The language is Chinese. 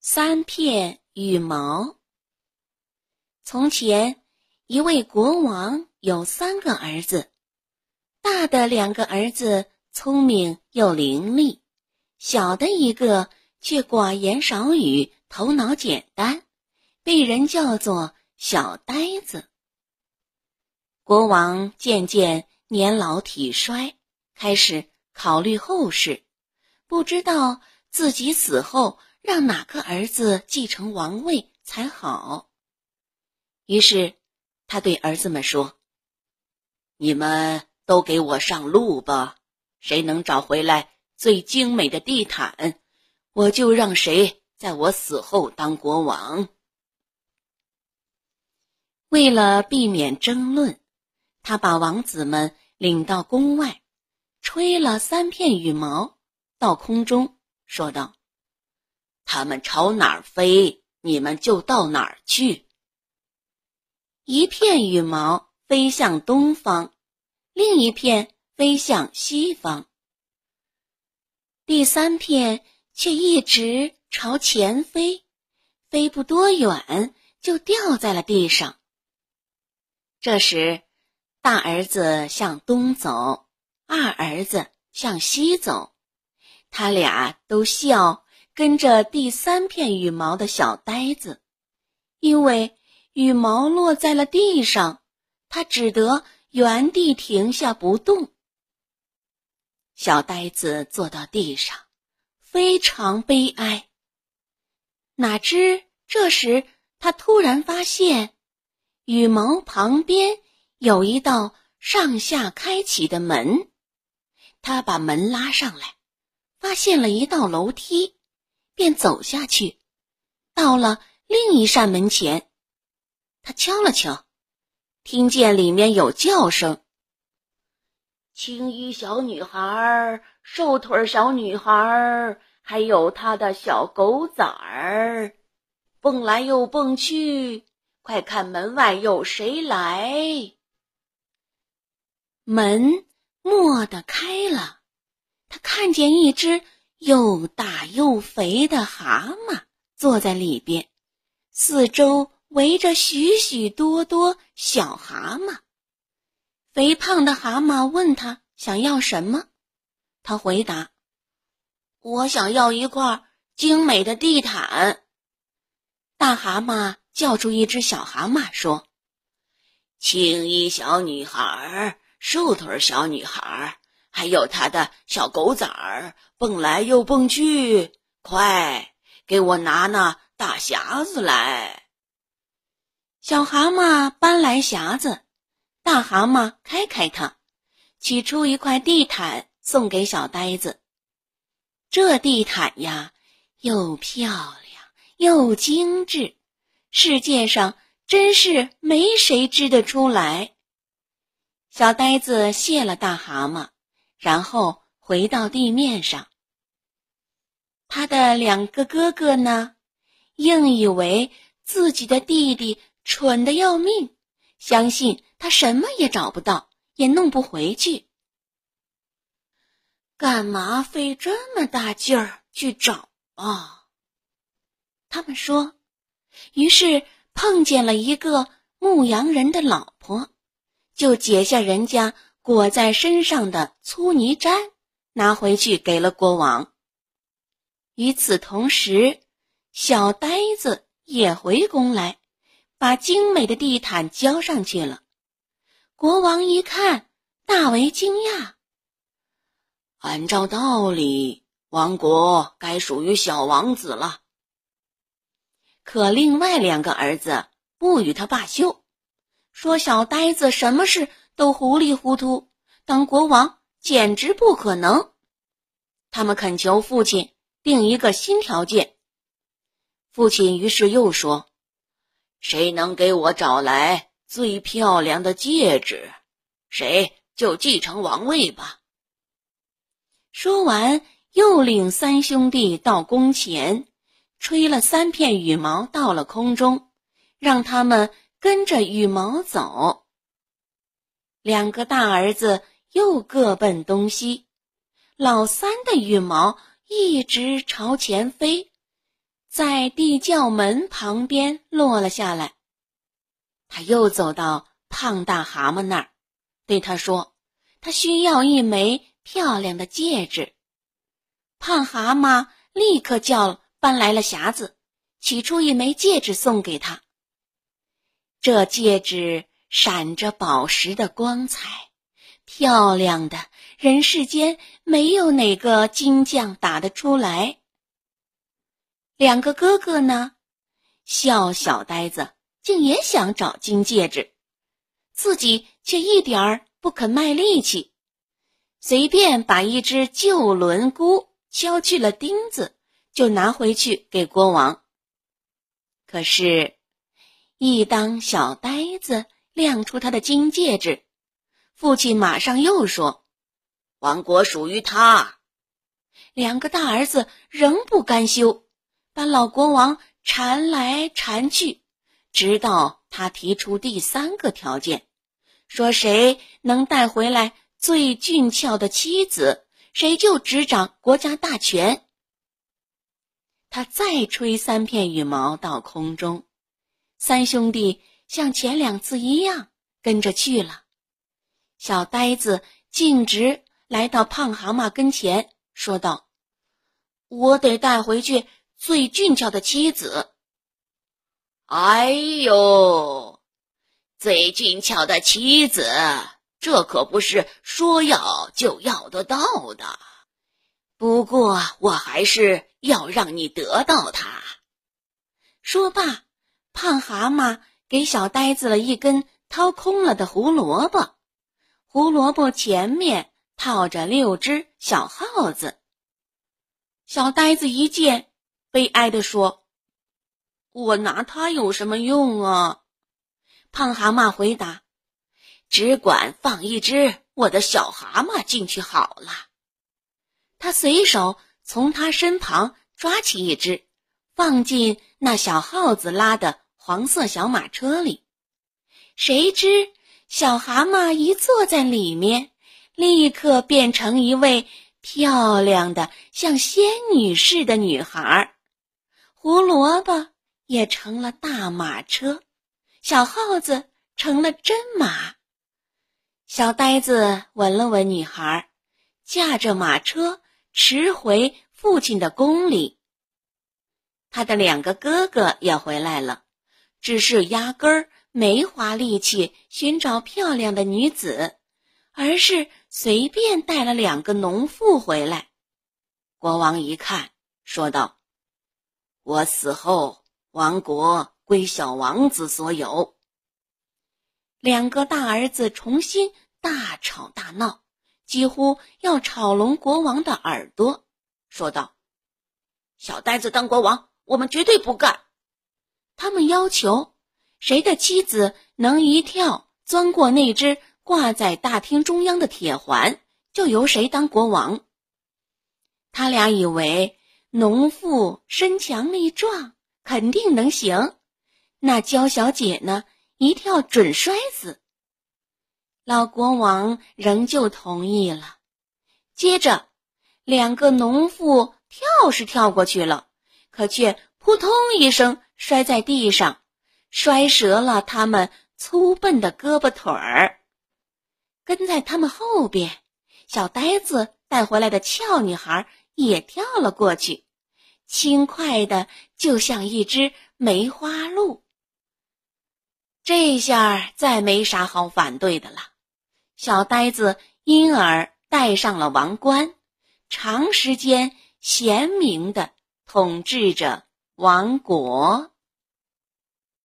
三片羽毛。从前，一位国王有3个儿子，大的2个儿子聪明又伶俐，小的一个却寡言少语，头脑简单，被人叫做小呆子。国王渐渐年老体衰，开始考虑后事，不知道自己死后让哪个儿子继承王位才好。于是他对儿子们说：你们都给我上路吧，谁能找回来最精美的地毯，我就让谁在我死后当国王。为了避免争论，他把王子们领到宫外，吹了3片羽毛到空中，说道：他们朝哪儿飞，你们就到哪儿去。1片羽毛飞向东方，另1片飞向西方，第3片却一直朝前飞，飞不多远就掉在了地上。这时，大儿子向东走，二儿子向西走，他俩都笑，跟着第3片羽毛的小呆子，因为羽毛落在了地上，他只得原地停下不动。小呆子坐到地上，非常悲哀。哪知这时他突然发现，羽毛旁边有一道上下开启的门，他把门拉上来，发现了一道楼梯，便走下去，到了另一扇门前。他敲了敲，听见里面有叫声：青衣小女孩，瘦腿小女孩，还有她的小狗崽儿，蹦来又蹦去，快看门外有谁来。门蓦地开了，他看见一只又大又肥的蛤蟆坐在里边，四周围着许许多多小蛤蟆。肥胖的蛤蟆问他想要什么，他回答：我想要一块精美的地毯。大蛤蟆叫住一只小蛤蟆说：青衣小女孩，瘦腿小女孩，还有她的小狗崽儿，蹦来又蹦去，快给我拿那大匣子来。小蛤蟆搬来匣子，大蛤蟆开它，取出一块地毯送给小呆子。这地毯呀，又漂亮又精致，世界上真是没谁织得出来。小呆子谢了大蛤蟆，然后回到地面上。他的2个哥哥呢，硬以为自己的弟弟蠢得要命，相信他什么也找不到，也弄不回去。干嘛费这么大劲儿去找啊？他们说。于是碰见了一个牧羊人的老婆，就解下人家裹在身上的粗泥毡，拿回去给了国王。与此同时，小呆子也回宫来，把精美的地毯交上去了。国王一看，大为惊讶。按照道理，王国该属于小王子了。可另外2个儿子不与他罢休，说小呆子什么事都糊里糊涂，当国王简直不可能。他们恳求父亲定一个新条件。父亲于是又说：谁能给我找来最漂亮的戒指，谁就继承王位吧。说完，又领3兄弟到宫前，吹了3片羽毛到了空中，让他们跟着羽毛走。2个大儿子又各奔东西，老3的羽毛一直朝前飞， 在地窖门旁边落了下来。他又走到胖大蛤蟆那儿，对他说，他需要一枚漂亮的戒指。胖蛤蟆立刻搬来了匣子，取出一枚戒指送给他。这戒指闪着宝石的光彩，漂亮的人世间没有哪个金匠打得出来。两个哥哥呢，小呆子竟也想找金戒指，自己却一点儿不肯卖力气，随便把一只旧轮箍敲去了钉子，就拿回去给国王。可是一当小呆子亮出他的金戒指，父亲马上又说，王国属于他。两个大儿子仍不甘休，把老国王缠来缠去，直到他提出第3个条件，说谁能带回来最俊俏的妻子，谁就执掌国家大权。他再吹3片羽毛到空中，三兄弟像前2次一样跟着去了。小呆子径直来到胖蛤蟆跟前，说道，我得带回去最俊俏的妻子。哎呦，最俊俏的妻子，这可不是说要就要得到的。不过我还是要让你得到它。说罢，胖蛤蟆给小呆子了一根掏空了的胡萝卜，胡萝卜前面套着6只小耗子。小呆子一见，悲哀地说，我拿它有什么用啊？胖蛤蟆回答，只管放一只我的小蛤蟆进去好了。他随手从他身旁抓起一只，放进那小耗子拉的黄色小马车里。谁知小蛤蟆一坐在里面，立刻变成一位漂亮的像仙女似的女孩。胡萝卜也成了大马车，小耗子成了真马。小呆子吻了吻女孩，驾着马车驰回父亲的宫里。他的2个哥哥也回来了，只是压根儿没花力气寻找漂亮的女子，而是随便带了2个农妇回来。国王一看，说道，我死后，王国归小王子所有。2个大儿子重新大吵大闹，几乎要吵聋国王的耳朵，说道，小呆子当国王，我们绝对不干。他们要求谁的妻子能一跳钻过那只挂在大厅中央的铁环，就由谁当国王。他俩以为农妇身强力壮，肯定能行，那娇小姐呢，一跳准摔死。老国王仍旧同意了。接着2个农妇跳是跳过去了，可却扑通一声摔在地上，摔折了他们粗笨的胳膊腿儿。跟在他们后边，小呆子带回来的俏女孩也跳了过去，轻快的就像一只梅花鹿。这下再没啥好反对的了，小呆子因而戴上了王冠，长时间贤明地统治着王国。